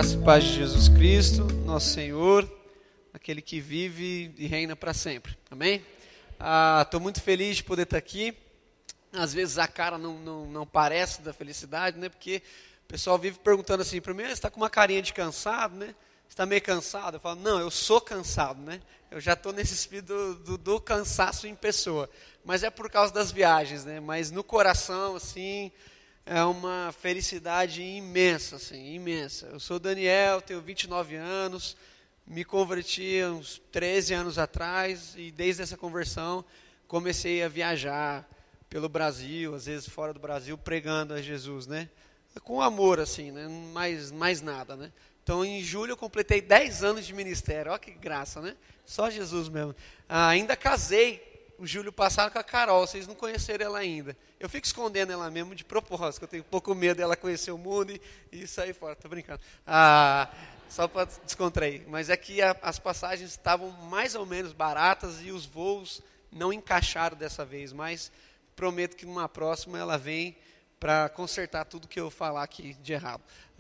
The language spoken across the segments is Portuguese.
Graça e paz de Jesus Cristo, nosso Senhor, aquele que vive e reina para sempre. Amém? Estou muito feliz de poder estar aqui. Às vezes a cara não parece da felicidade, né? Porque o pessoal vive perguntando assim para mim, você está com uma carinha de cansado, né? Você está meio cansado? Eu falo, não, eu sou cansado, né? Eu já estou nesse espírito do cansaço em pessoa. Mas é por causa das viagens, né? Mas no coração, assim, é uma felicidade imensa, assim, imensa. Eu sou Daniel, tenho 29 anos, me converti há uns 13 anos atrás e desde essa conversão comecei a viajar pelo Brasil, às vezes fora do Brasil, pregando a Jesus, né? Com amor, assim, né? Mais nada, né? Então, em julho eu completei 10 anos de ministério, olha que graça, né? Só Jesus mesmo. Ainda casei o julho passado com a Carol, vocês não conheceram ela ainda. Eu fico escondendo ela mesmo de propósito, que eu tenho um pouco medo dela conhecer o mundo e sair fora, tô brincando. Só para descontrair. Mas é que as passagens estavam mais ou menos baratas e os voos não encaixaram dessa vez, mas prometo que numa próxima ela vem para consertar tudo que eu falar aqui de errado.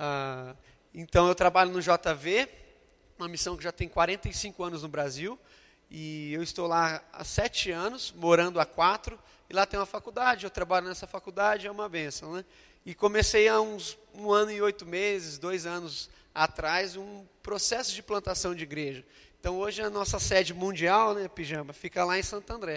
Então eu trabalho no JV, uma missão que já tem 45 anos no Brasil, e eu estou lá há 7 anos, morando há 4, e lá tem uma faculdade, eu trabalho nessa faculdade, é uma bênção, né? E comecei há uns 1 ano e 8 meses, 2 anos atrás, um processo de plantação de igreja. Então hoje a nossa sede mundial, né, Pijama, fica lá em Santo André.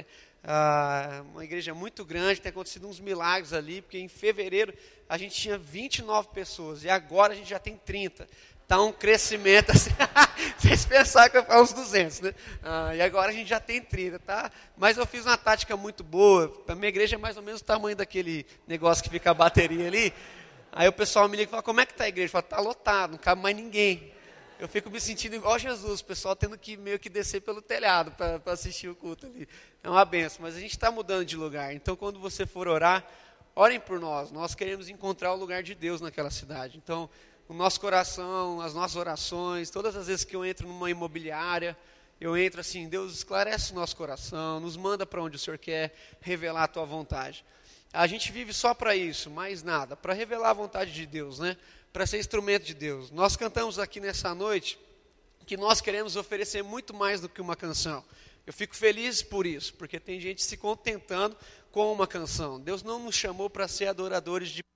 Uma igreja muito grande, tem acontecido uns milagres ali, porque em fevereiro a gente tinha 29 pessoas, e agora a gente já tem 30. Está um crescimento assim, vocês pensaram que eu falo uns 200, né? E agora a gente já tem 30, tá? Mas eu fiz uma tática muito boa, a minha igreja é mais ou menos o tamanho daquele negócio que fica a bateria ali. Aí o pessoal me liga e fala, como é que está a igreja? Eu falo, está lotado, não cabe mais ninguém. Eu fico me sentindo igual Jesus, o pessoal tendo que meio que descer pelo telhado para assistir o culto ali. É uma benção, mas a gente está mudando de lugar. Então quando você for orar, orem por nós. Nós queremos encontrar o lugar de Deus naquela cidade. Então o nosso coração, as nossas orações, todas as vezes que eu entro numa imobiliária, eu entro assim, Deus esclarece o nosso coração, nos manda para onde o Senhor quer revelar a tua vontade. A gente vive só para isso, mais nada, para revelar a vontade de Deus, né? Para ser instrumento de Deus. Nós cantamos aqui nessa noite que nós queremos oferecer muito mais do que uma canção. Eu fico feliz por isso, porque tem gente se contentando com uma canção. Deus não nos chamou para ser adoradores de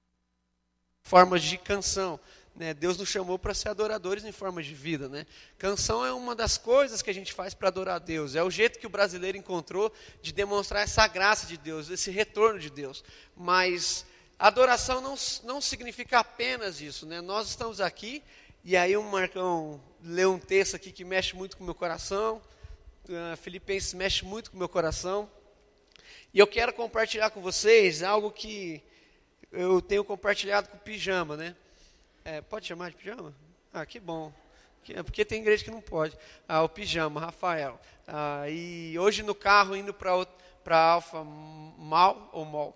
formas de canção, né? Deus nos chamou para ser adoradores em forma de vida, né? Canção é uma das coisas que a gente faz para adorar a Deus. É o jeito que o brasileiro encontrou de demonstrar essa graça de Deus, esse retorno de Deus. Mas adoração não significa apenas isso, né? Nós estamos aqui, e aí o Marcão leu um texto aqui que mexe muito com o meu coração, Filipenses mexe muito com o meu coração, e eu quero compartilhar com vocês algo que eu tenho compartilhado com o Pijama, né? Pode chamar de Pijama? Que bom. Porque tem igreja que não pode. O Pijama, Rafael. E hoje no carro, indo para Alfa Mall,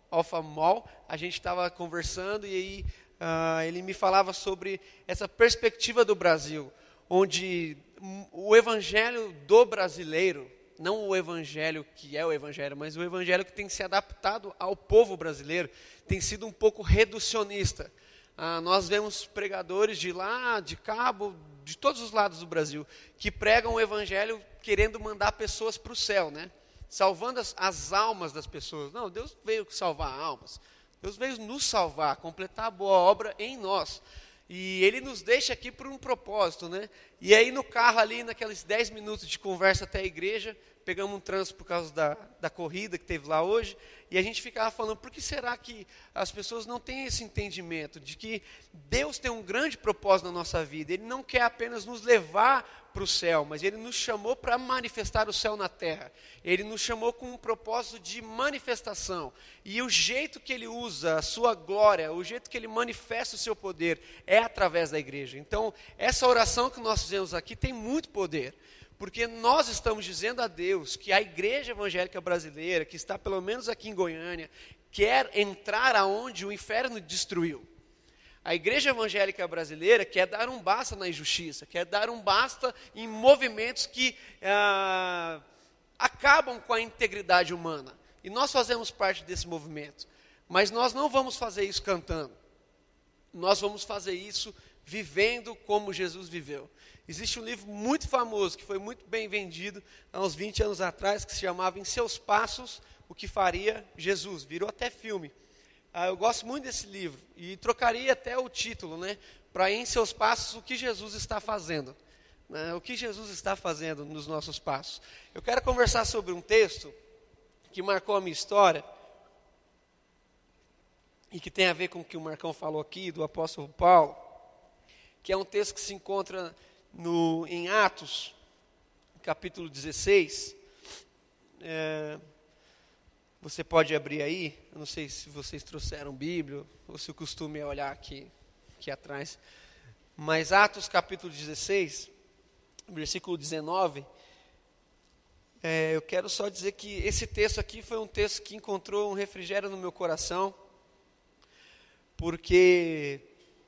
a gente estava conversando e aí ele me falava sobre essa perspectiva do Brasil, onde o evangelho do brasileiro, não o evangelho que é o evangelho, mas o evangelho que tem se adaptado ao povo brasileiro, tem sido um pouco reducionista. Nós vemos pregadores de lá, de Cabo, de todos os lados do Brasil, que pregam o evangelho querendo mandar pessoas para o céu, né? Salvando as almas das pessoas. Não, Deus veio salvar almas. Deus veio nos salvar, completar a boa obra em nós. E Ele nos deixa aqui por um propósito, né? E aí no carro ali, naqueles 10 minutos de conversa até a igreja, pegamos um trânsito por causa da corrida que teve lá hoje, e a gente ficava falando, por que será que as pessoas não têm esse entendimento de que Deus tem um grande propósito na nossa vida? Ele não quer apenas nos levar para o céu, mas Ele nos chamou para manifestar o céu na terra. Ele nos chamou com um propósito de manifestação. E o jeito que Ele usa a sua glória, o jeito que Ele manifesta o seu poder, é através da igreja. Então, essa oração que nós fizemos aqui tem muito poder. Porque nós estamos dizendo a Deus que a igreja evangélica brasileira, que está pelo menos aqui em Goiânia, quer entrar aonde o inferno destruiu. A igreja evangélica brasileira quer dar um basta na injustiça, quer dar um basta em movimentos que acabam com a integridade humana. E nós fazemos parte desse movimento. Mas nós não vamos fazer isso cantando. Nós vamos fazer isso vivendo como Jesus viveu. Existe um livro muito famoso, que foi muito bem vendido há uns 20 anos atrás, que se chamava Em Seus Passos, o que faria Jesus. Virou até filme. Eu gosto muito desse livro e trocaria até o título, né? Para Em Seus Passos, o que Jesus está fazendo. Né? O que Jesus está fazendo nos nossos passos. Eu quero conversar sobre um texto que marcou a minha história e que tem a ver com o que o Marcão falou aqui, do apóstolo Paulo, que é um texto que se encontra em Atos, capítulo 16. Você pode abrir aí, eu não sei se vocês trouxeram Bíblia, ou se o costume é olhar aqui atrás. Mas Atos capítulo 16, versículo 19, eu quero só dizer que esse texto aqui foi um texto que encontrou um refrigério no meu coração, porque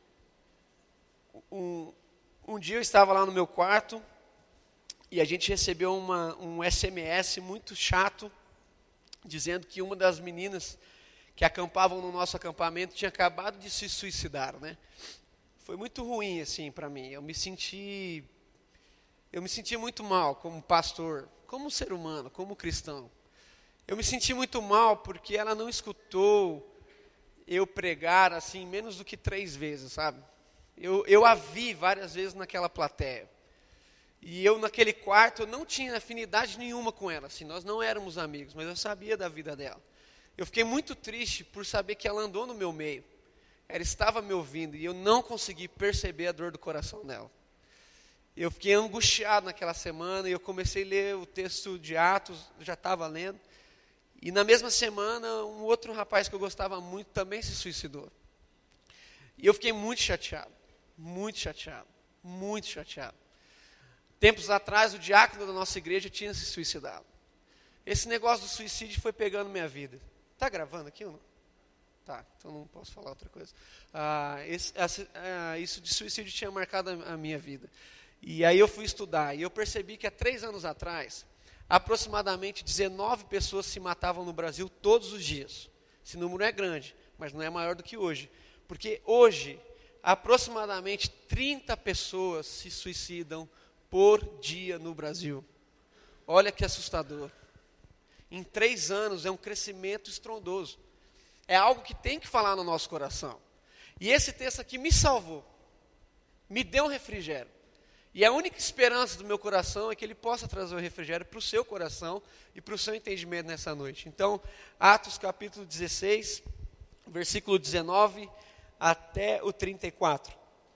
um dia eu estava lá no meu quarto, e a gente recebeu um SMS muito chato, dizendo que uma das meninas que acampavam no nosso acampamento tinha acabado de se suicidar, né? Foi muito ruim, assim, para mim. Eu me senti muito mal como pastor, como ser humano, como cristão. Eu me senti muito mal porque ela não escutou eu pregar, assim, menos do que 3 vezes, sabe? Eu a vi várias vezes naquela plateia. E eu, naquele quarto, eu não tinha afinidade nenhuma com ela, assim, nós não éramos amigos, mas eu sabia da vida dela. Eu fiquei muito triste por saber que ela andou no meu meio. Ela estava me ouvindo e eu não consegui perceber a dor do coração dela. Eu fiquei angustiado naquela semana e eu comecei a ler o texto de Atos, já estava lendo. E na mesma semana, um outro rapaz que eu gostava muito também se suicidou. E eu fiquei muito chateado, muito chateado, muito chateado. Tempos atrás, o diácono da nossa igreja tinha se suicidado. Esse negócio do suicídio foi pegando minha vida. Está gravando aqui ou não? Tá, então não posso falar outra coisa. Isso de suicídio tinha marcado a minha vida. E aí eu fui estudar, e eu percebi que há 3 anos atrás, aproximadamente 19 pessoas se matavam no Brasil todos os dias. Esse número é grande, mas não é maior do que hoje. Porque hoje, aproximadamente 30 pessoas se suicidam por dia no Brasil. Olha que assustador. Em 3 anos é um crescimento estrondoso. É algo que tem que falar no nosso coração. E esse texto aqui me salvou. Me deu um refrigério. E a única esperança do meu coração é que ele possa trazer um refrigério para o seu coração e para o seu entendimento nessa noite. Então, Atos capítulo 16, versículo 19 até o 34.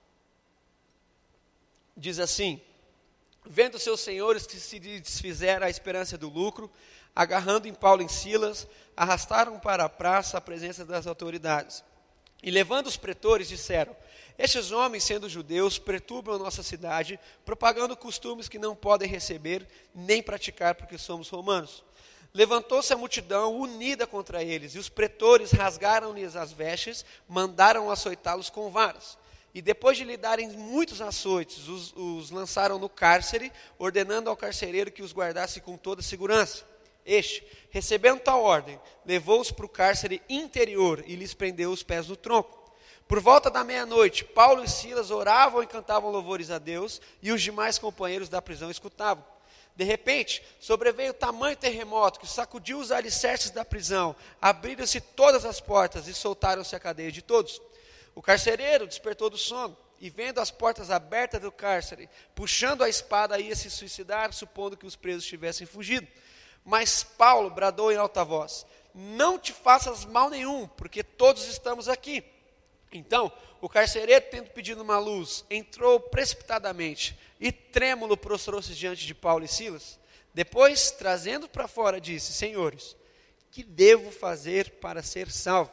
Diz assim: vendo seus senhores que se desfizeram a esperança do lucro, agarrando em Paulo e em Silas, arrastaram para a praça a presença das autoridades. E levando os pretores, disseram: estes homens, sendo judeus, perturbam a nossa cidade, propagando costumes que não podem receber nem praticar, porque somos romanos. Levantou-se a multidão unida contra eles, e os pretores rasgaram-lhes as vestes, mandaram açoitá-los com varas. E depois de lhe darem muitos açoites, os lançaram no cárcere, ordenando ao carcereiro que os guardasse com toda segurança. Este, recebendo tal ordem, levou-os para o cárcere interior e lhes prendeu os pés no tronco. Por volta da meia-noite, Paulo e Silas oravam e cantavam louvores a Deus, e os demais companheiros da prisão escutavam. De repente, sobreveio tamanho terremoto que sacudiu os alicerces da prisão, abriram-se todas as portas e soltaram-se a cadeia de todos. O carcereiro despertou do sono e, vendo as portas abertas do cárcere, puxando a espada, ia se suicidar, supondo que os presos tivessem fugido. Mas Paulo bradou em alta voz: não te faças mal nenhum, porque todos estamos aqui. Então, o carcereiro, tendo pedido uma luz, entrou precipitadamente e, trêmulo, prostrou-se diante de Paulo e Silas. Depois, trazendo para fora, disse: senhores, que devo fazer para ser salvo?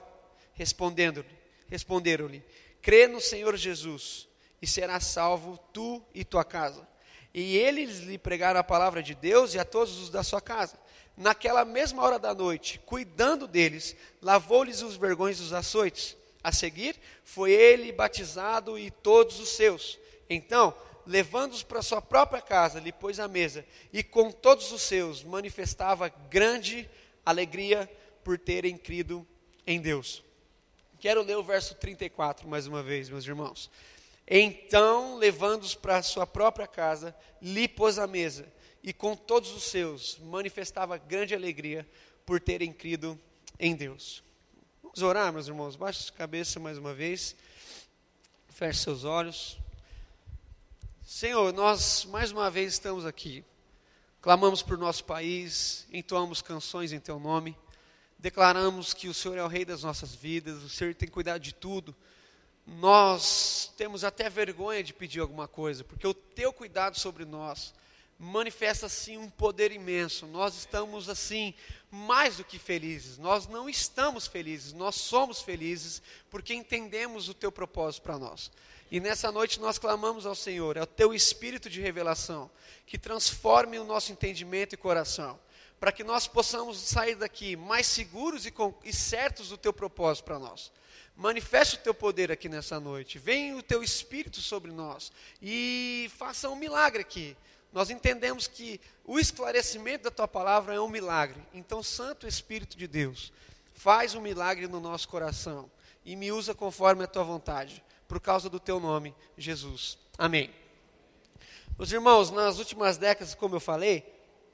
Responderam-lhe: crê no Senhor Jesus, e serás salvo tu e tua casa. E eles lhe pregaram a palavra de Deus e a todos os da sua casa. Naquela mesma hora da noite, cuidando deles, lavou-lhes os vergões dos açoites. A seguir, foi ele batizado e todos os seus. Então, levando-os para sua própria casa, lhe pôs à mesa, e com todos os seus manifestava grande alegria por terem crido em Deus. Quero ler o verso 34 mais uma vez, meus irmãos. Então, levando-os para sua própria casa, lhe pôs à mesa, e com todos os seus manifestava grande alegria por terem crido em Deus. Vamos orar, meus irmãos. Baixe a cabeça mais uma vez. Feche seus olhos. Senhor, nós mais uma vez estamos aqui. Clamamos por nosso país, entoamos canções em Teu nome. Declaramos que o Senhor é o Rei das nossas vidas, o Senhor tem cuidado de tudo. Nós temos até vergonha de pedir alguma coisa, porque o Teu cuidado sobre nós manifesta assim um poder imenso. Nós estamos assim mais do que felizes. Nós não estamos felizes, nós somos felizes porque entendemos o Teu propósito para nós. E nessa noite nós clamamos ao Senhor, ao Teu Espírito de revelação, que transforme o nosso entendimento e coração, para que nós possamos sair daqui mais seguros e certos do Teu propósito para nós. Manifeste o Teu poder aqui nessa noite, venha o Teu Espírito sobre nós e faça um milagre aqui. Nós entendemos que o esclarecimento da Tua palavra é um milagre. Então, Santo Espírito de Deus, faz um milagre no nosso coração e me usa conforme a Tua vontade, por causa do Teu nome, Jesus. Amém. Meus irmãos, nas últimas décadas, como eu falei,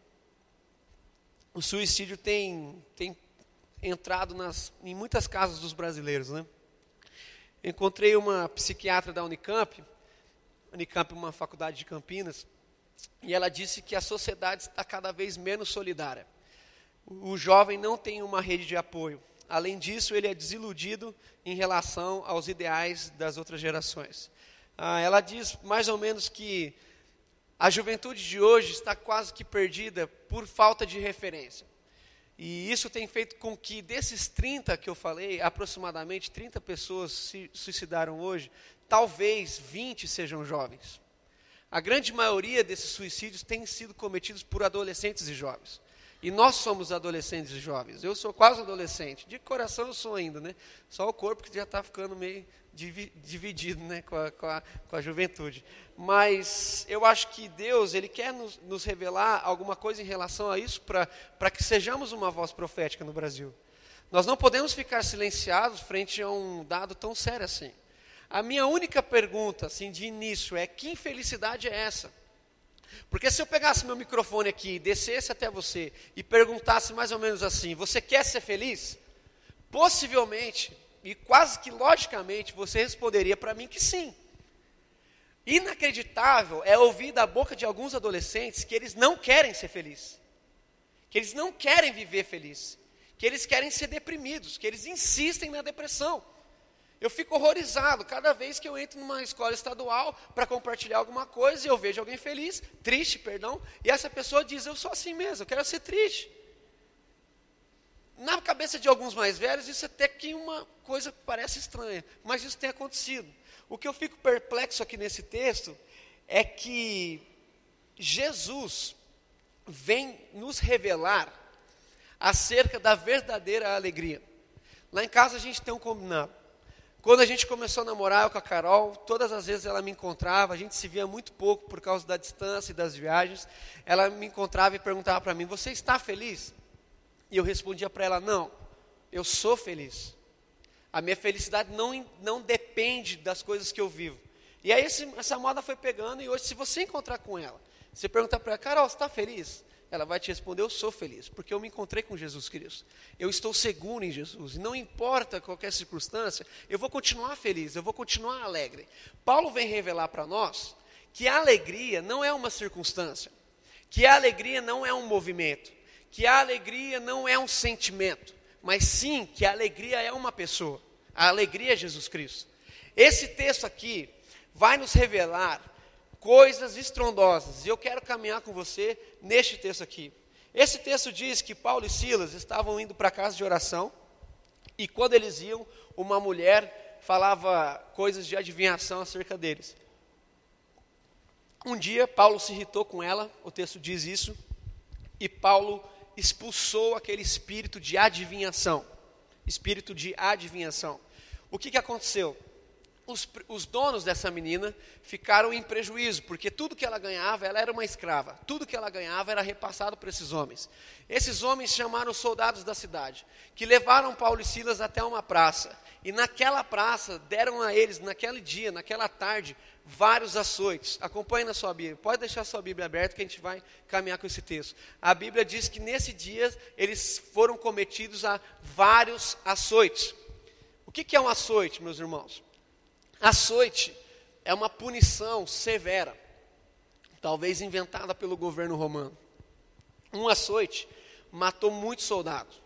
o suicídio tem entrado em muitas casas dos brasileiros, né? Encontrei uma psiquiatra da Unicamp é uma faculdade de Campinas, e ela disse que a sociedade está cada vez menos solidária. O jovem não tem uma rede de apoio. Além disso, ele é desiludido em relação aos ideais das outras gerações. Ela diz mais ou menos que a juventude de hoje está quase que perdida por falta de referência. E isso tem feito com que desses 30 que eu falei, aproximadamente 30 pessoas se suicidaram hoje, talvez 20 sejam jovens. A grande maioria desses suicídios tem sido cometidos por adolescentes e jovens. E nós somos adolescentes e jovens. Eu sou quase adolescente. De coração eu sou ainda, né? Só o corpo que já está ficando meio dividido, né? com a juventude. Mas eu acho que Deus, Ele quer nos revelar alguma coisa em relação a isso para que sejamos uma voz profética no Brasil. Nós não podemos ficar silenciados frente a um dado tão sério assim. A minha única pergunta, assim, de início é: que infelicidade é essa? Porque se eu pegasse meu microfone aqui, descesse até você e perguntasse mais ou menos assim: você quer ser feliz? Possivelmente, e quase que logicamente, você responderia para mim que sim. Inacreditável é ouvir da boca de alguns adolescentes que eles não querem ser felizes, que eles não querem viver feliz, que eles querem ser deprimidos, que eles insistem na depressão. Eu fico horrorizado cada vez que eu entro numa escola estadual para compartilhar alguma coisa e eu vejo alguém feliz, triste, perdão, e essa pessoa diz: eu sou assim mesmo, eu quero ser triste. Na cabeça de alguns mais velhos, isso até que uma coisa que parece estranha, mas isso tem acontecido. O que eu fico perplexo aqui nesse texto é que Jesus vem nos revelar acerca da verdadeira alegria. Lá em casa a gente tem um combinado. Quando a gente começou a namorar eu com a Carol, todas as vezes ela me encontrava, a gente se via muito pouco por causa da distância e das viagens, ela me encontrava e perguntava para mim: você está feliz? E eu respondia para ela: não, eu sou feliz. A minha felicidade não depende das coisas que eu vivo. E aí essa moda foi pegando, e hoje se você encontrar com ela, você perguntar para ela: Carol, você está feliz? Ela vai te responder: eu sou feliz, porque eu me encontrei com Jesus Cristo. Eu estou seguro em Jesus, e não importa qualquer circunstância, eu vou continuar feliz, eu vou continuar alegre. Paulo vem revelar para nós que a alegria não é uma circunstância, que a alegria não é um movimento, que a alegria não é um sentimento, mas sim que a alegria é uma pessoa. A alegria é Jesus Cristo. Esse texto aqui vai nos revelar coisas estrondosas, e eu quero caminhar com você neste texto aqui. Esse texto diz que Paulo e Silas estavam indo para a casa de oração, e quando eles iam, uma mulher falava coisas de adivinhação acerca deles. Um dia Paulo se irritou com ela, o texto diz isso, e Paulo expulsou aquele espírito de adivinhação. Espírito de adivinhação. O que aconteceu? os donos dessa menina ficaram em prejuízo, porque tudo que ela ganhava, ela era uma escrava, tudo que ela ganhava era repassado para esses homens. Esses homens chamaram os soldados da cidade, que levaram Paulo e Silas até uma praça, e naquela praça deram a eles, naquele dia, naquela tarde, vários açoites. Acompanhe na sua Bíblia, pode deixar sua Bíblia aberta que a gente vai caminhar com esse texto. A Bíblia diz que nesse dia eles foram cometidos a vários açoites. O que é um açoite, meus irmãos? Açoite é uma punição severa, talvez inventada pelo governo romano. Um açoite matou muitos soldados,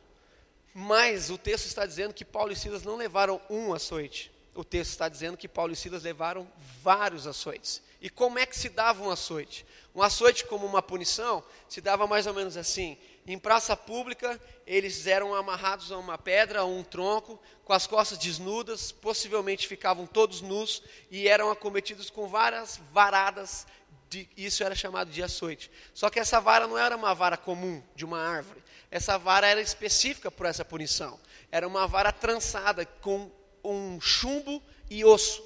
mas o texto está dizendo que Paulo e Silas não levaram um açoite. O texto está dizendo que Paulo e Silas levaram vários açoites. E como é que se dava um açoite? Um açoite como uma punição se dava mais ou menos assim. Em praça pública, eles eram amarrados a uma pedra, a um tronco, com as costas desnudas, possivelmente ficavam todos nus, e eram acometidos com várias varadas, isso era chamado de açoite. Só que essa vara não era uma vara comum de uma árvore, essa vara era específica por essa punição. Era uma vara trançada com um chumbo e osso,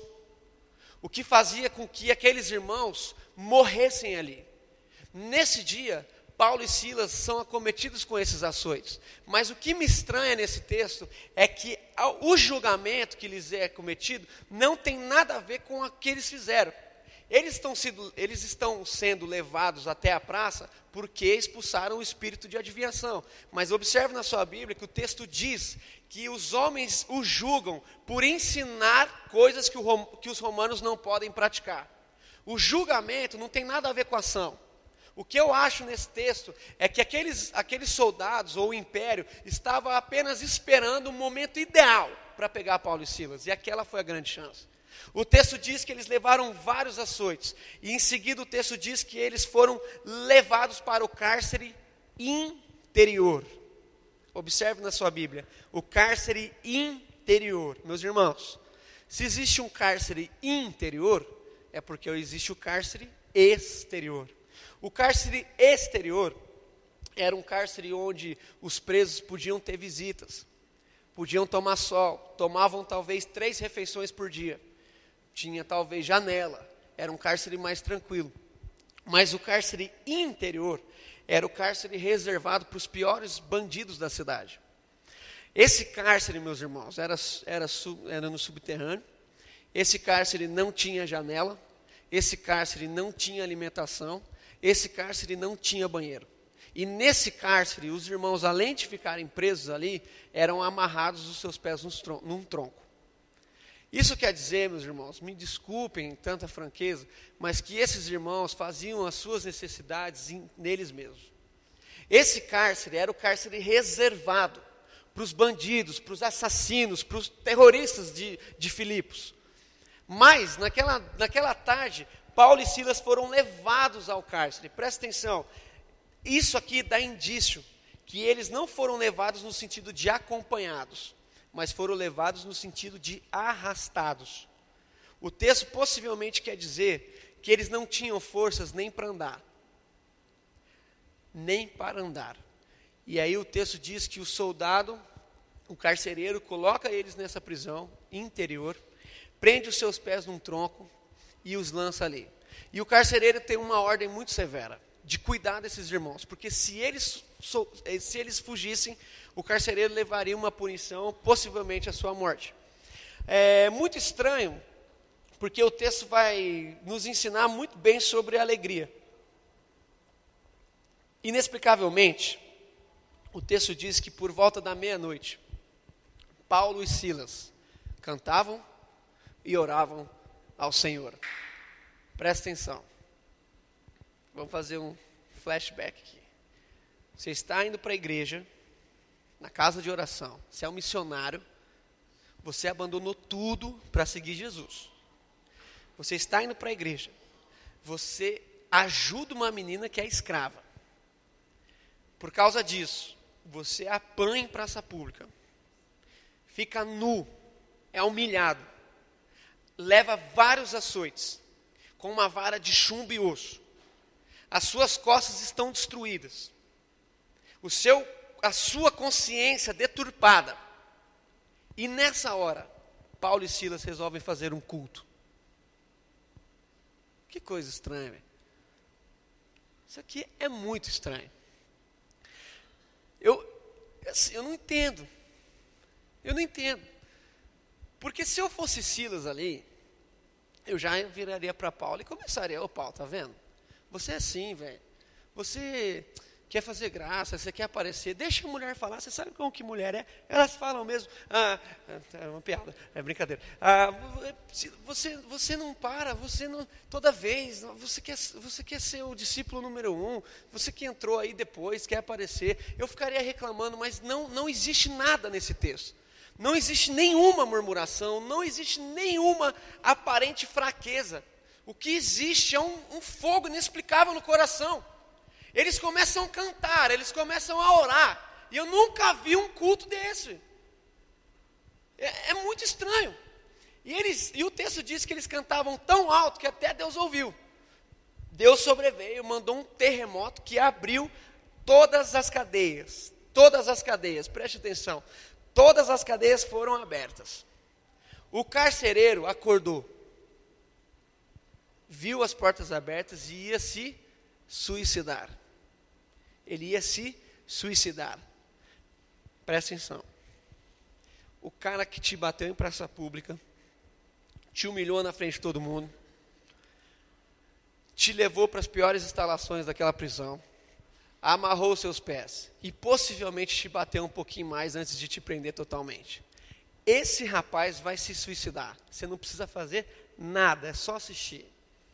o que fazia com que aqueles irmãos morressem ali. Nesse dia, Paulo e Silas são acometidos com esses açoites. Mas o que me estranha nesse texto é que o julgamento que lhes é cometido não tem nada a ver com o que eles fizeram. Eles estão sendo levados até a praça porque expulsaram o espírito de adivinhação. Mas observe na sua Bíblia que o texto diz que os homens o julgam por ensinar coisas que os romanos não podem praticar. O julgamento não tem nada a ver com a ação. O que eu acho nesse texto é que aqueles soldados ou o império estava apenas esperando o momento ideal para pegar Paulo e Silas, e aquela foi a grande chance. O texto diz que eles levaram vários açoites, e em seguida o texto diz que eles foram levados para o cárcere interior. Observe na sua Bíblia, o cárcere interior. Meus irmãos, se existe um cárcere interior, é porque existe o cárcere exterior. O cárcere exterior era um cárcere onde os presos podiam ter visitas, podiam tomar sol, tomavam talvez 3 refeições por dia, tinha talvez janela, era um cárcere mais tranquilo. Mas o cárcere interior era o cárcere reservado para os piores bandidos da cidade. Esse cárcere, meus irmãos, era no subterrâneo, esse cárcere não tinha janela, esse cárcere não tinha alimentação, esse cárcere não tinha banheiro. E nesse cárcere, os irmãos, além de ficarem presos ali, eram amarrados os seus pés num tronco. Isso quer dizer, meus irmãos, me desculpem tanta franqueza, mas que esses irmãos faziam as suas necessidades neles mesmos. Esse cárcere era o cárcere reservado para os bandidos, para os assassinos, para os terroristas de Filipos. Mas, naquela tarde, Paulo e Silas foram levados ao cárcere. Presta atenção, isso aqui dá indício que eles não foram levados no sentido de acompanhados, mas foram levados no sentido de arrastados. O texto possivelmente quer dizer que eles não tinham forças nem para andar. Nem para andar. E aí o texto diz que o soldado, o carcereiro, coloca eles nessa prisão interior, prende os seus pés num tronco e os lança ali. E o carcereiro tem uma ordem muito severa, de cuidar desses irmãos, porque se eles fugissem, o carcereiro levaria uma punição, possivelmente a sua morte. É muito estranho, porque o texto vai nos ensinar muito bem sobre a alegria. Inexplicavelmente, o texto diz que por volta da meia-noite, Paulo e Silas cantavam e oravam ao Senhor. Presta atenção. Vamos fazer um flashback aqui. Você está indo para a igreja, na casa de oração. Você é um missionário. Você abandonou tudo para seguir Jesus. Você está indo para a igreja. Você ajuda uma menina que é escrava. Por causa disso, você apanha em praça pública. Fica nu. É humilhado. Leva vários açoites. Com uma vara de chumbo e osso. As suas costas estão destruídas. A sua consciência deturpada. E nessa hora, Paulo e Silas resolvem fazer um culto. Que coisa estranha, velho. Isso aqui é muito estranho. Eu não entendo. Eu não entendo. Porque se eu fosse Silas ali, eu já viraria para Paulo e começaria: ô Paulo, tá vendo? Você é assim, velho. Você quer fazer graça, você quer aparecer. Deixa a mulher falar. Você sabe como que mulher é? Elas falam mesmo. É uma piada, é brincadeira. Você não para, você não. Toda vez, você quer ser o discípulo número 1. Você que entrou aí depois, quer aparecer. Eu ficaria reclamando, mas não existe nada nesse texto. Não existe nenhuma murmuração, não existe nenhuma aparente fraqueza. O que existe é um fogo inexplicável no coração. Eles começam a cantar, eles começam a orar. E eu nunca vi um culto desse. É muito estranho. E o texto diz que eles cantavam tão alto que até Deus ouviu. Deus sobreveio, mandou um terremoto que abriu todas as cadeias. Todas as cadeias, preste atenção. Todas as cadeias foram abertas. O carcereiro acordou. Viu as portas abertas e ia se suicidar. Ele ia se suicidar. Presta atenção. O cara que te bateu em praça pública, te humilhou na frente de todo mundo, te levou para as piores instalações daquela prisão, amarrou seus pés e possivelmente te bateu um pouquinho mais antes de te prender totalmente. Esse rapaz vai se suicidar. Você não precisa fazer nada, é só assistir.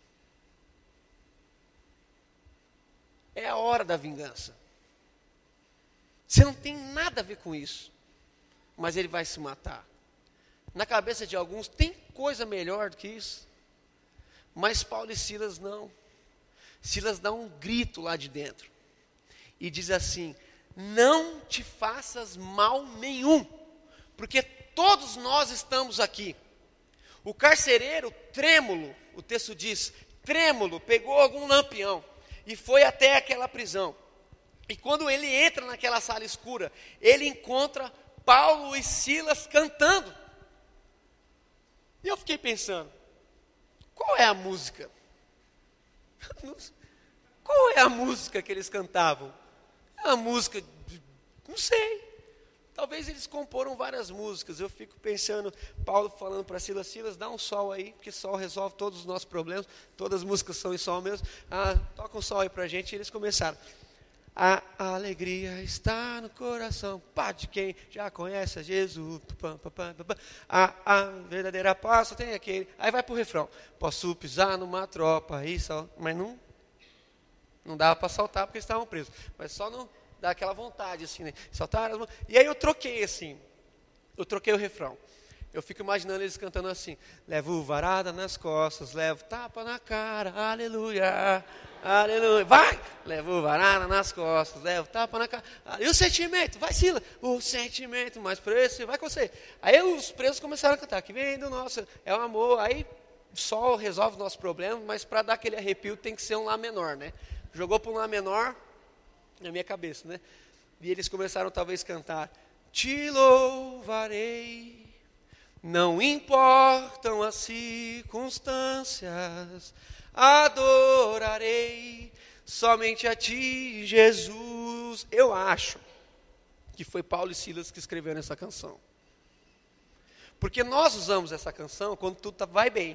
É a hora da vingança. Você não tem nada a ver com isso. Mas ele vai se matar. Na cabeça de alguns tem coisa melhor do que isso. Mas Paulo e Silas não. Silas dá um grito lá de dentro. E diz assim: não te faças mal nenhum. Porque todos nós estamos aqui. O carcereiro, trêmulo, o texto diz, trêmulo, pegou algum lampião e foi até aquela prisão. E quando ele entra naquela sala escura, ele encontra Paulo e Silas cantando. E eu fiquei pensando, qual é a música? Qual é a música que eles cantavam? É uma música, não sei. Talvez eles comporam várias músicas. Eu fico pensando, Paulo falando para Silas: Silas, dá um sol aí, porque sol resolve todos os nossos problemas. Todas as músicas são em sol mesmo. Toca um sol aí para a gente. E eles começaram. A alegria está no coração, de quem já conhece a Jesus. A verdadeira paz só tem aquele. Aí vai para o refrão. Posso pisar numa tropa, mas não dava para saltar porque eles estavam presos. Mas só não dá aquela vontade assim, né? Saltar. E aí eu troquei assim. Eu troquei o refrão. Eu fico imaginando eles cantando assim: levo varada nas costas, levo tapa na cara, aleluia. Aleluia, vai! Levo varada nas costas, levo tapa na cara. E o sentimento? Vai, Silas. O sentimento mais preço, vai com você. Aí os presos começaram a cantar, que vem do nosso, é o amor. Aí o sol resolve o nosso problema, mas para dar aquele arrepio tem que ser um Lá menor, né? Jogou para um Lá menor, na minha cabeça, né? E eles começaram talvez a cantar: te louvarei, não importam as circunstâncias, adorarei somente a ti, Jesus. Eu acho que foi Paulo e Silas que escreveram essa canção. Porque nós usamos essa canção quando tudo vai bem.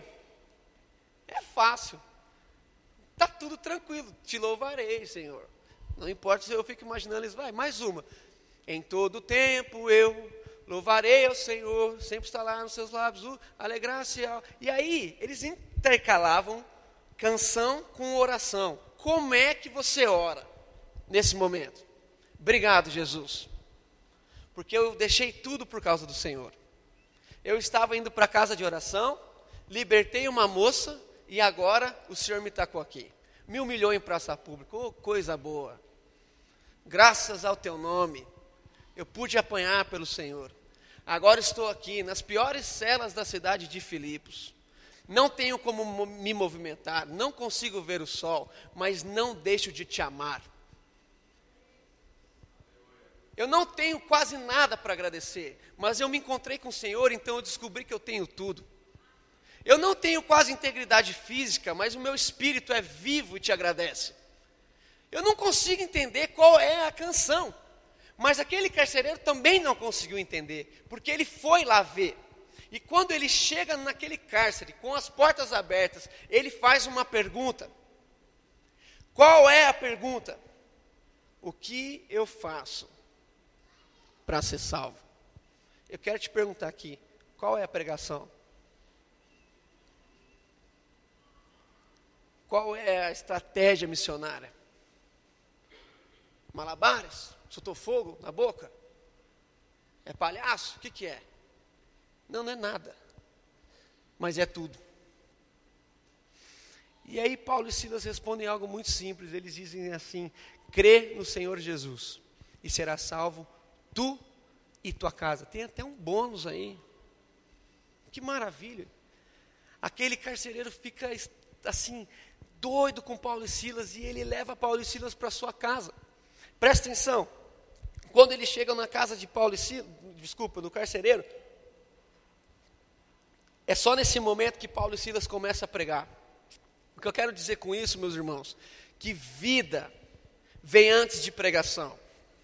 É fácil. Está tudo tranquilo. Te louvarei, Senhor. Não importa se eu fico imaginando eles, vai, mais uma. Em todo tempo eu louvarei ao Senhor, sempre está lá nos seus lábios, alegrar-se. E aí, eles intercalavam canção com oração. Como é que você ora nesse momento? Obrigado, Jesus. Porque eu deixei tudo por causa do Senhor. Eu estava indo para a casa de oração, libertei uma moça e agora o Senhor me tacou aqui. Me humilhou em praça pública. Oh, coisa boa. Graças ao teu nome, eu pude apanhar pelo Senhor. Agora estou aqui nas piores celas da cidade de Filipos. Não tenho como me movimentar, não consigo ver o sol, mas não deixo de te amar. Eu não tenho quase nada para agradecer, mas eu me encontrei com o Senhor, então eu descobri que eu tenho tudo. Eu não tenho quase integridade física, mas o meu espírito é vivo e te agradece. Eu não consigo entender qual é a canção, mas aquele carcereiro também não conseguiu entender, porque ele foi lá ver. E quando ele chega naquele cárcere, com as portas abertas, ele faz uma pergunta. Qual é a pergunta? O que eu faço para ser salvo? Eu quero te perguntar aqui, qual é a pregação? Qual é a estratégia missionária? Malabares? Soltou fogo na boca? É palhaço? O que é? Não, não é nada. Mas é tudo. E aí Paulo e Silas respondem algo muito simples. Eles dizem assim: crê no Senhor Jesus e serás salvo tu e tua casa. Tem até um bônus aí. Que maravilha. Aquele carcereiro fica assim, doido com Paulo e Silas, e ele leva Paulo e Silas para sua casa. Presta atenção. Quando eles chegam na casa de Paulo e Silas, do carcereiro, é só nesse momento que Paulo e Silas começam a pregar. O que eu quero dizer com isso, meus irmãos, que vida vem antes de pregação.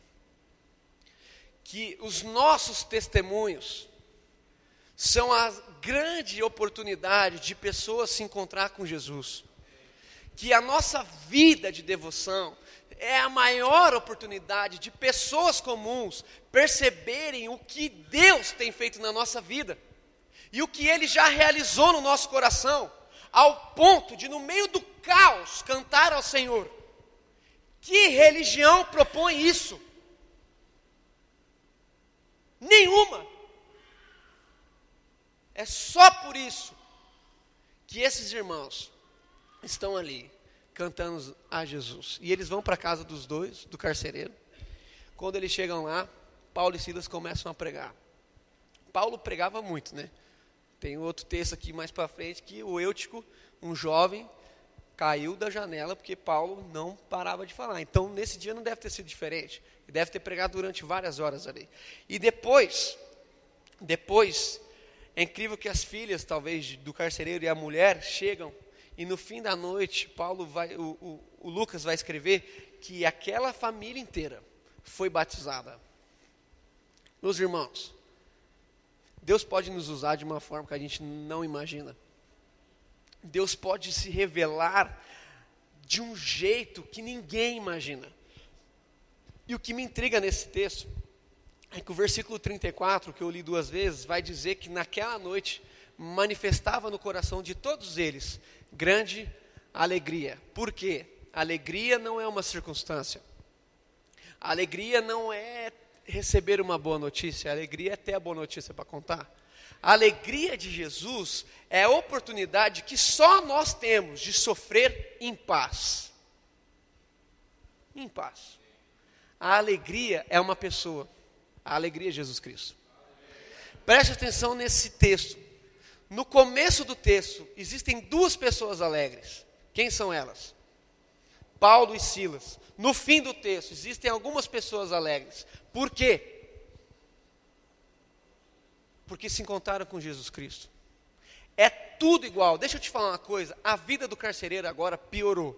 Que os nossos testemunhos são a grande oportunidade de pessoas se encontrar com Jesus. Que a nossa vida de devoção é a maior oportunidade de pessoas comuns perceberem o que Deus tem feito na nossa vida. E o que Ele já realizou no nosso coração, ao ponto de, no meio do caos, cantar ao Senhor. Que religião propõe isso? Nenhuma. É só por isso que esses irmãos estão ali, cantando a Jesus. E eles vão para a casa dos dois, do carcereiro. Quando eles chegam lá, Paulo e Silas começam a pregar. Paulo pregava muito, né? Tem outro texto aqui mais para frente que o Eutico, um jovem, caiu da janela porque Paulo não parava de falar. Então, nesse dia não deve ter sido diferente. Ele deve ter pregado durante várias horas ali. E depois, é incrível que as filhas, talvez, do carcereiro e a mulher chegam, e no fim da noite, o Lucas vai escrever que aquela família inteira foi batizada. Meus irmãos, Deus pode nos usar de uma forma que a gente não imagina. Deus pode se revelar de um jeito que ninguém imagina. E o que me intriga nesse texto é que o versículo 34, que eu li 2 vezes, vai dizer que naquela noite manifestava no coração de todos eles grande alegria. Por quê? Alegria não é uma circunstância. A alegria não é receber uma boa notícia, a alegria é ter a boa notícia para contar. A alegria de Jesus é a oportunidade que só nós temos de sofrer em paz. Em paz. A alegria é uma pessoa. A alegria é Jesus Cristo. Preste atenção nesse texto. No começo do texto, existem 2 pessoas alegres. Quem são elas? Paulo e Silas. No fim do texto, existem algumas pessoas alegres. Por quê? Porque se encontraram com Jesus Cristo. É tudo igual. Deixa eu te falar uma coisa. A vida do carcereiro agora piorou.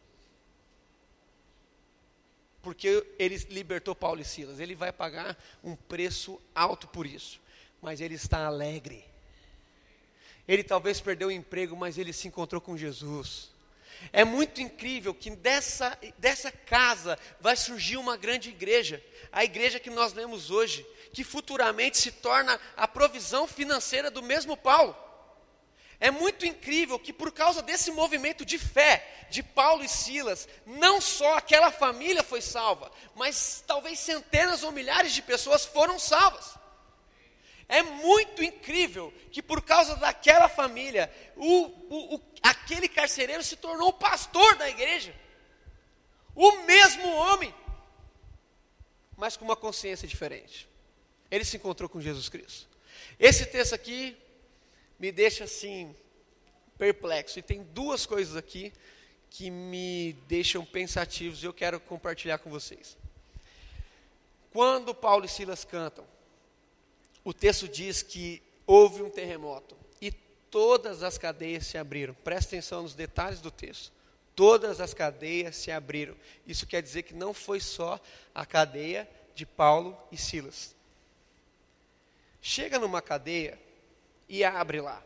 Porque ele libertou Paulo e Silas. Ele vai pagar um preço alto por isso. Mas ele está alegre. Ele talvez perdeu o emprego, mas ele se encontrou com Jesus. É muito incrível que dessa casa vai surgir uma grande igreja. A igreja que nós lemos hoje, que futuramente se torna a provisão financeira do mesmo Paulo. É muito incrível que por causa desse movimento de fé de Paulo e Silas, não só aquela família foi salva, mas talvez centenas ou milhares de pessoas foram salvas. É muito incrível que por causa daquela família, aquele carcereiro se tornou o pastor da igreja. O mesmo homem, mas com uma consciência diferente. Ele se encontrou com Jesus Cristo. Esse texto aqui me deixa assim, perplexo. E tem 2 coisas aqui que me deixam pensativos e eu quero compartilhar com vocês. Quando Paulo e Silas cantam, o texto diz que houve um terremoto e todas as cadeias se abriram. Presta atenção nos detalhes do texto. Todas as cadeias se abriram. Isso quer dizer que não foi só a cadeia de Paulo e Silas. Chega numa cadeia e abre lá.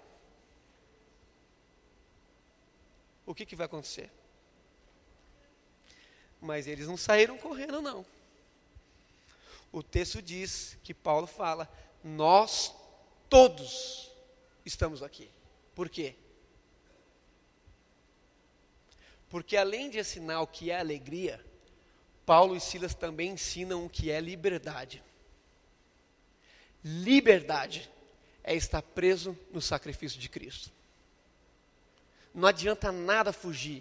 O que vai acontecer? Mas eles não saíram correndo, não. O texto diz que Paulo fala, nós todos estamos aqui. Por quê? Porque além de ensinar o que é alegria, Paulo e Silas também ensinam o que é liberdade. Liberdade é estar preso no sacrifício de Cristo. Não adianta nada fugir.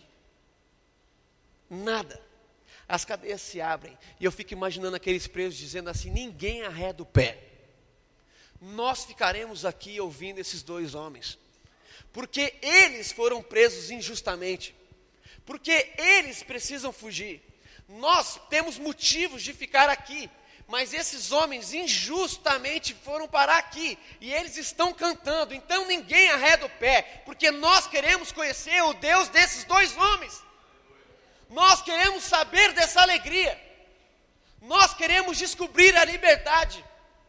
Nada. As cadeias se abrem. E eu fico imaginando aqueles presos dizendo assim, ninguém arreda o pé. Nós ficaremos aqui ouvindo esses dois homens. Porque eles foram presos injustamente. Porque eles precisam fugir. Nós temos motivos de ficar aqui. Mas esses homens injustamente foram parar aqui. E eles estão cantando. Então ninguém arreda o pé. Porque nós queremos conhecer o Deus desses dois homens. Nós queremos saber dessa alegria. Nós queremos descobrir a liberdade.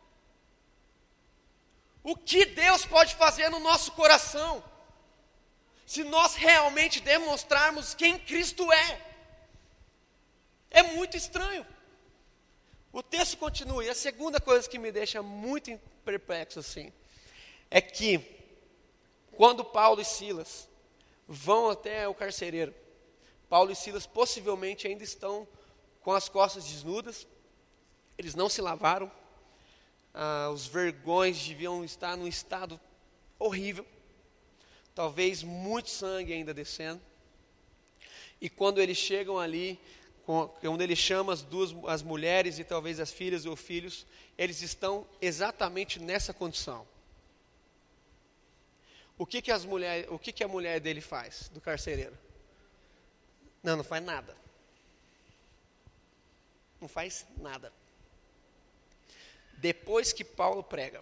O que Deus pode fazer no nosso coração, se nós realmente demonstrarmos quem Cristo é. É muito estranho. O texto continua, e a segunda coisa que me deixa muito perplexo assim, é que, quando Paulo e Silas vão até o carcereiro, Paulo e Silas possivelmente ainda estão com as costas desnudas, eles não se lavaram, os vergões deviam estar num estado horrível, talvez muito sangue ainda descendo, e quando eles chegam ali, quando ele chama as mulheres e talvez as filhas ou filhos, eles estão exatamente nessa condição. O que a mulher dele faz, do carcereiro? Não faz nada. Não faz nada. Depois que Paulo prega,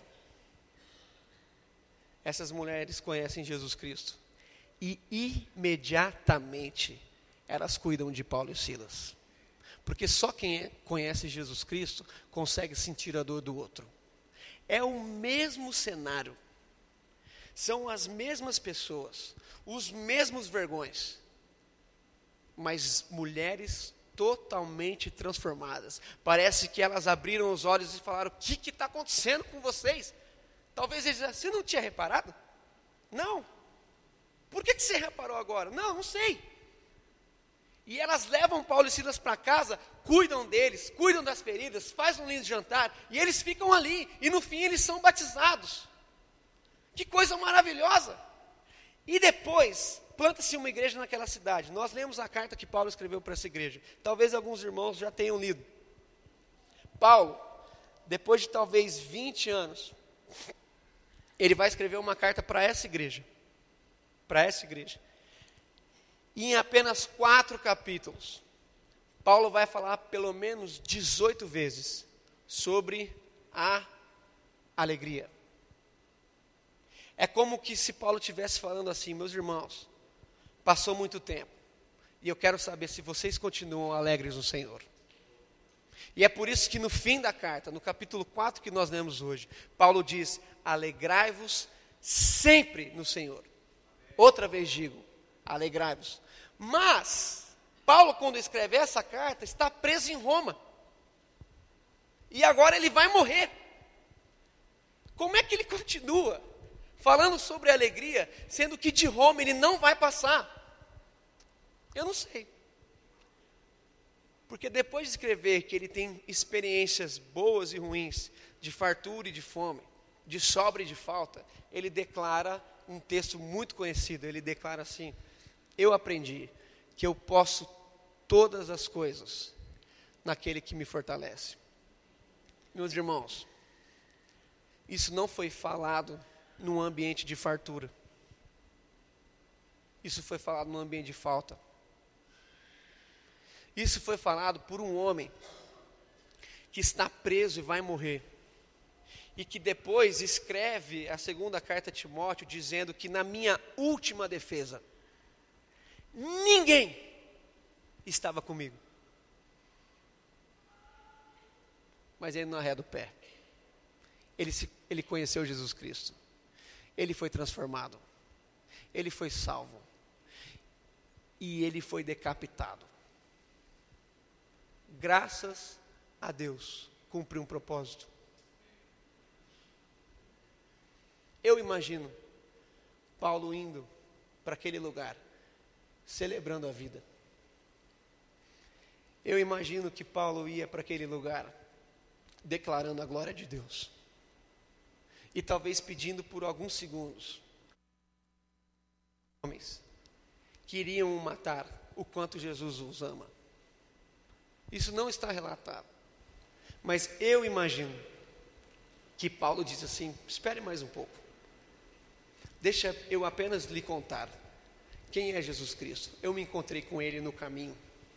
essas mulheres conhecem Jesus Cristo. E imediatamente elas cuidam de Paulo e Silas. Porque só quem conhece Jesus Cristo consegue sentir a dor do outro. É o mesmo cenário. São as mesmas pessoas, os mesmos vergões, mas mulheres totalmente transformadas. Parece que elas abriram os olhos e falaram, o que está acontecendo com vocês? Talvez eles dizem, você não tinha reparado? Não. Por que você reparou agora? Não sei. E elas levam Paulo e Silas para casa, cuidam deles, cuidam das feridas, fazem um lindo jantar, e eles ficam ali, e no fim eles são batizados. Que coisa maravilhosa! E depois, planta-se uma igreja naquela cidade. Nós lemos a carta que Paulo escreveu para essa igreja. Talvez alguns irmãos já tenham lido. Paulo, depois de talvez 20 anos, ele vai escrever uma carta para essa igreja. Para essa igreja. E em apenas 4 capítulos, Paulo vai falar pelo menos 18 vezes sobre a alegria. É como que se Paulo estivesse falando assim, meus irmãos, passou muito tempo, e eu quero saber se vocês continuam alegres no Senhor. E é por isso que no fim da carta, no capítulo 4 que nós lemos hoje, Paulo diz, alegrai-vos sempre no Senhor. Outra vez digo, alegrai-vos. Mas, Paulo, quando escreve essa carta, está preso em Roma. E agora ele vai morrer. Como é que ele continua falando sobre alegria, sendo que de Roma ele não vai passar? Eu não sei. Porque depois de escrever que ele tem experiências boas e ruins, de fartura e de fome, de sobra e de falta, ele declara um texto muito conhecido, ele declara assim, eu aprendi que eu posso todas as coisas naquele que me fortalece. Meus irmãos, isso não foi falado num ambiente de fartura. Isso foi falado num ambiente de falta. Isso foi falado por um homem que está preso e vai morrer. E que depois escreve a segunda carta a Timóteo dizendo que na minha última defesa, ninguém estava comigo. Mas ele não arreda o pé. Ele conheceu Jesus Cristo. Ele foi transformado. Ele foi salvo. E ele foi decapitado. Graças a Deus, cumpriu um propósito. Eu imagino Paulo indo para aquele lugar, celebrando a vida. Eu imagino que Paulo ia para aquele lugar, declarando a glória de Deus. E talvez pedindo por alguns segundos, homens que iriam o matar, o quanto Jesus os ama. Isso não está relatado. Mas eu imagino que Paulo diz assim: espere mais um pouco. Deixa eu apenas lhe contar quem é Jesus Cristo. Eu me encontrei com Ele no caminho.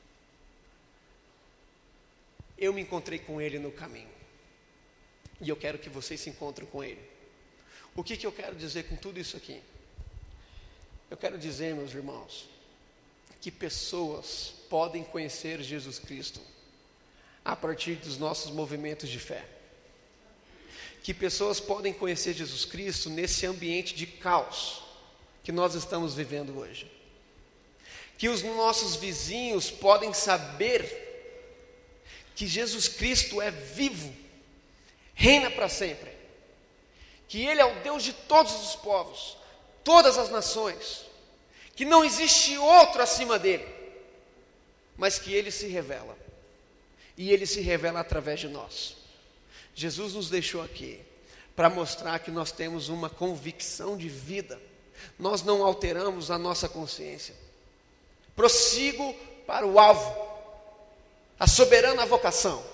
Eu me encontrei com Ele no caminho. E eu quero que vocês se encontrem com Ele. O que eu quero dizer com tudo isso aqui? Eu quero dizer, meus irmãos, que pessoas podem conhecer Jesus Cristo a partir dos nossos movimentos de fé. Que pessoas podem conhecer Jesus Cristo nesse ambiente de caos que nós estamos vivendo hoje. Que os nossos vizinhos podem saber que Jesus Cristo é vivo, reina para sempre. Que Ele é o Deus de todos os povos, todas as nações. Que não existe outro acima dEle, mas que Ele se revela. E Ele se revela através de nós. Jesus nos deixou aqui para mostrar que nós temos uma convicção de vida. Nós não alteramos a nossa consciência. Prossigo para o alvo, a soberana vocação.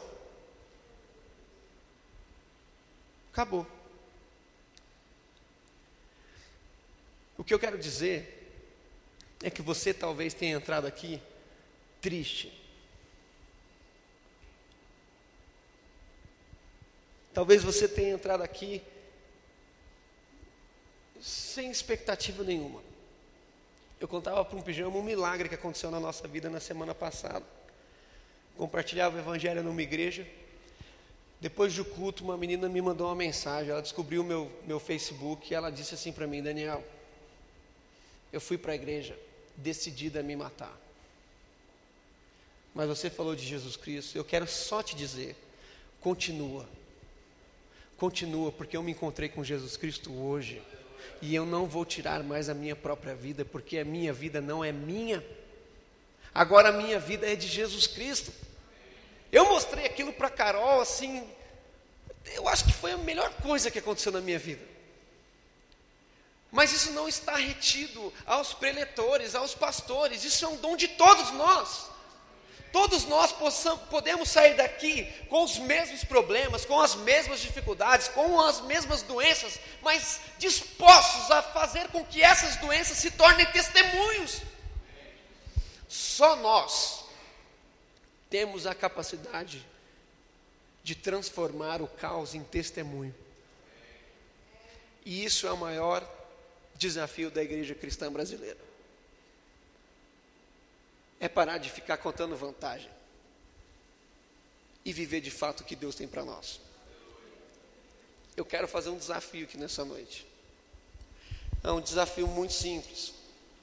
Acabou. O que eu quero dizer é que você talvez tenha entrado aqui triste. Talvez você tenha entrado aqui sem expectativa nenhuma. Eu contava para um pijama um milagre que aconteceu na nossa vida na semana passada. Compartilhava o evangelho numa igreja. Depois do culto, uma menina me mandou uma mensagem. Ela descobriu meu Facebook e ela disse assim para mim: Daniel, eu fui para a igreja decidida a me matar. Mas você falou de Jesus Cristo. Eu quero só te dizer, continua, porque eu me encontrei com Jesus Cristo hoje. E eu não vou tirar mais a minha própria vida, porque a minha vida não é minha. Agora a minha vida é de Jesus Cristo. Eu mostrei aquilo para Carol, assim, eu acho que foi a melhor coisa que aconteceu na minha vida. Mas isso não está retido aos preletores, aos pastores. Isso é um dom de todos nós. Todos nós podemos sair daqui com os mesmos problemas, com as mesmas dificuldades, com as mesmas doenças, mas dispostos a fazer com que essas doenças se tornem testemunhos. Só nós temos a capacidade de transformar o caos em testemunho. E isso é o maior desafio da igreja cristã brasileira. É parar de ficar contando vantagem e viver de fato o que Deus tem para nós. Eu quero fazer um desafio aqui nessa noite. É um desafio muito simples.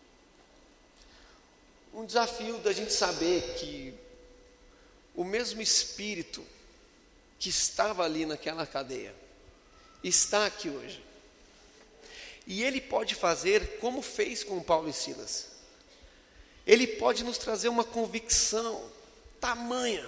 Um desafio da gente saber que o mesmo Espírito que estava ali naquela cadeia está aqui hoje. E Ele pode fazer como fez com Paulo e Silas. Ele pode nos trazer uma convicção tamanha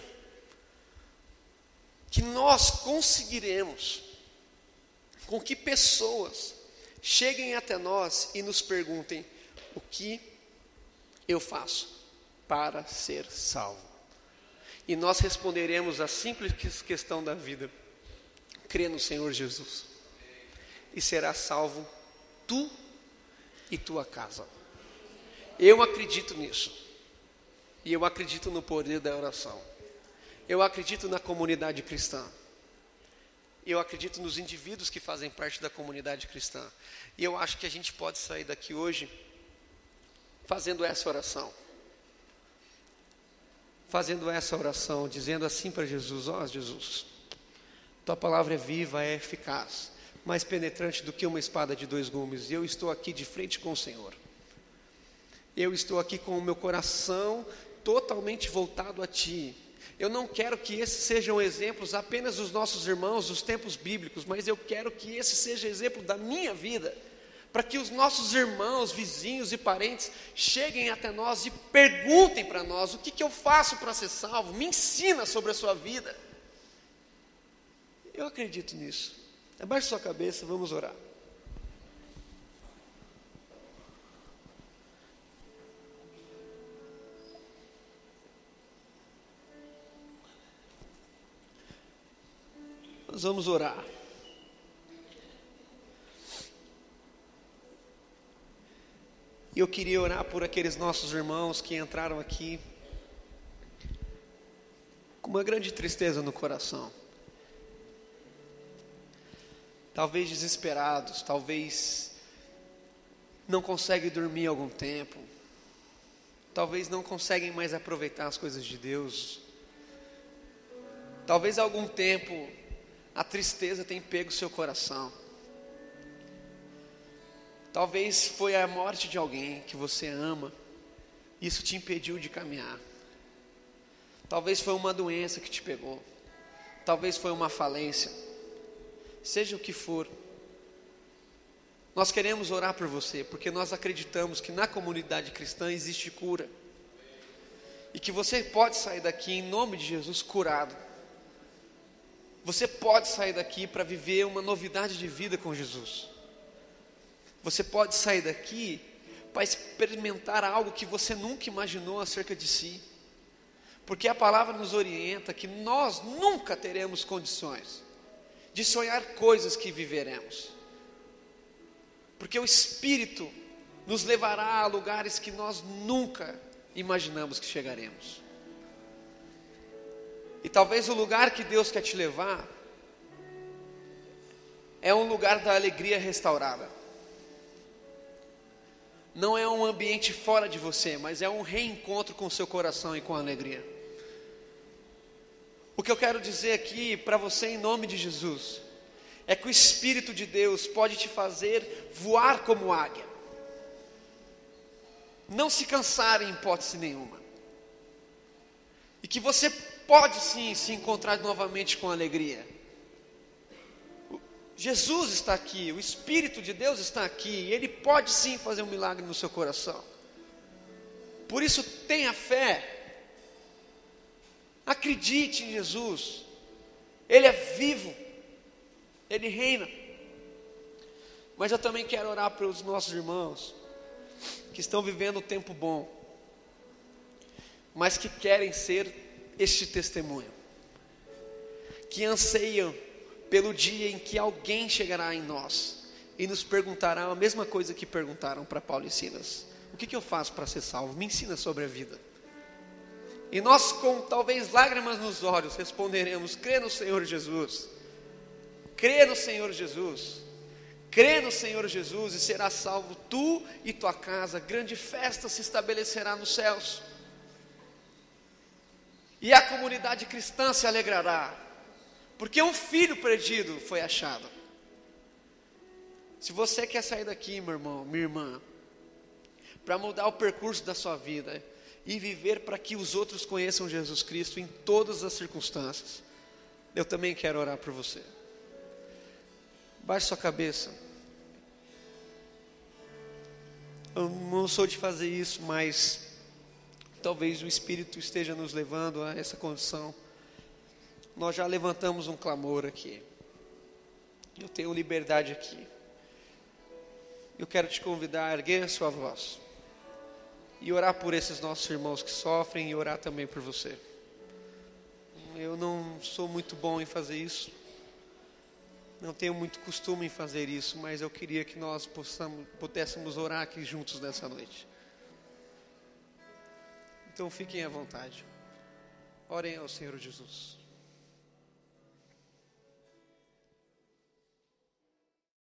que nós conseguiremos com que pessoas cheguem até nós e nos perguntem: o que eu faço para ser salvo? E nós responderemos a simples questão da vida: crê no Senhor Jesus e serás salvo tu e tua casa. Eu acredito nisso. E eu acredito no poder da oração. Eu acredito na comunidade cristã. Eu acredito nos indivíduos que fazem parte da comunidade cristã. E eu acho que a gente pode sair daqui hoje fazendo essa oração. Fazendo essa oração, dizendo assim para Jesus: ó Jesus, tua palavra é viva, é eficaz, mais penetrante do que uma espada de dois gumes. E eu estou aqui de frente com o Senhor. Eu estou aqui com o meu coração totalmente voltado a Ti. Eu não quero que esses sejam exemplos apenas dos nossos irmãos, dos tempos bíblicos, mas eu quero que esse seja exemplo da minha vida, para que os nossos irmãos, vizinhos e parentes cheguem até nós e perguntem para nós: o que eu faço para ser salvo? Me ensina sobre a sua vida. Eu acredito nisso. Abaixe sua cabeça, vamos orar. Nós vamos orar. E eu queria orar por aqueles nossos irmãos que entraram aqui com uma grande tristeza no coração. Talvez desesperados, talvez não conseguem dormir algum tempo, talvez não conseguem mais aproveitar as coisas de Deus. Talvez há algum tempo a tristeza tenha pego o seu coração. Talvez foi a morte de alguém que você ama, isso te impediu de caminhar. Talvez foi uma doença que te pegou, talvez foi uma falência. Seja o que for, nós queremos orar por você, porque nós acreditamos que na comunidade cristã existe cura, e que você pode sair daqui em nome de Jesus curado. Você pode sair daqui para viver uma novidade de vida com Jesus. Você pode sair daqui para experimentar algo que você nunca imaginou acerca de si, porque a palavra nos orienta que nós nunca teremos condições de sonhar coisas que viveremos, porque o Espírito nos levará a lugares que nós nunca imaginamos que chegaremos. E talvez o lugar que Deus quer te levar é um lugar da alegria restaurada. Não é um ambiente fora de você, mas é um reencontro com o seu coração e com a alegria. O que eu quero dizer aqui para você em nome de Jesus é que o Espírito de Deus pode te fazer voar como águia, não se cansar em hipótese nenhuma, e que você pode sim se encontrar novamente com alegria. Jesus está aqui, o Espírito de Deus está aqui, e Ele pode sim fazer um milagre no seu coração. Por isso tenha fé, acredite em Jesus, Ele é vivo, Ele reina. Mas eu também quero orar pelos nossos irmãos que estão vivendo um tempo bom, mas que querem ser este testemunho, que anseiam pelo dia em que alguém chegará em nós e nos perguntará a mesma coisa que perguntaram para Paulo e Silas: o que eu faço para ser salvo? Me ensina sobre a vida. E nós, com talvez lágrimas nos olhos, responderemos: crê no Senhor Jesus, crê no Senhor Jesus, crê no Senhor Jesus, e serás salvo tu e tua casa. Grande festa se estabelecerá nos céus, e a comunidade cristã se alegrará, porque um filho perdido foi achado. Se você quer sair daqui, meu irmão, minha irmã, para mudar o percurso da sua vida e viver para que os outros conheçam Jesus Cristo em todas as circunstâncias, eu também quero orar por você. Baixe sua cabeça. Eu não sou de fazer isso, mas talvez o Espírito esteja nos levando a essa condição. Nós já levantamos um clamor aqui. Eu tenho liberdade aqui. Eu quero te convidar a erguer a sua voz e orar por esses nossos irmãos que sofrem, e orar também por você. Eu não sou muito bom em fazer isso, não tenho muito costume em fazer isso, mas eu queria que nós pudéssemos orar aqui juntos nessa noite. Então fiquem à vontade. Orem ao Senhor Jesus.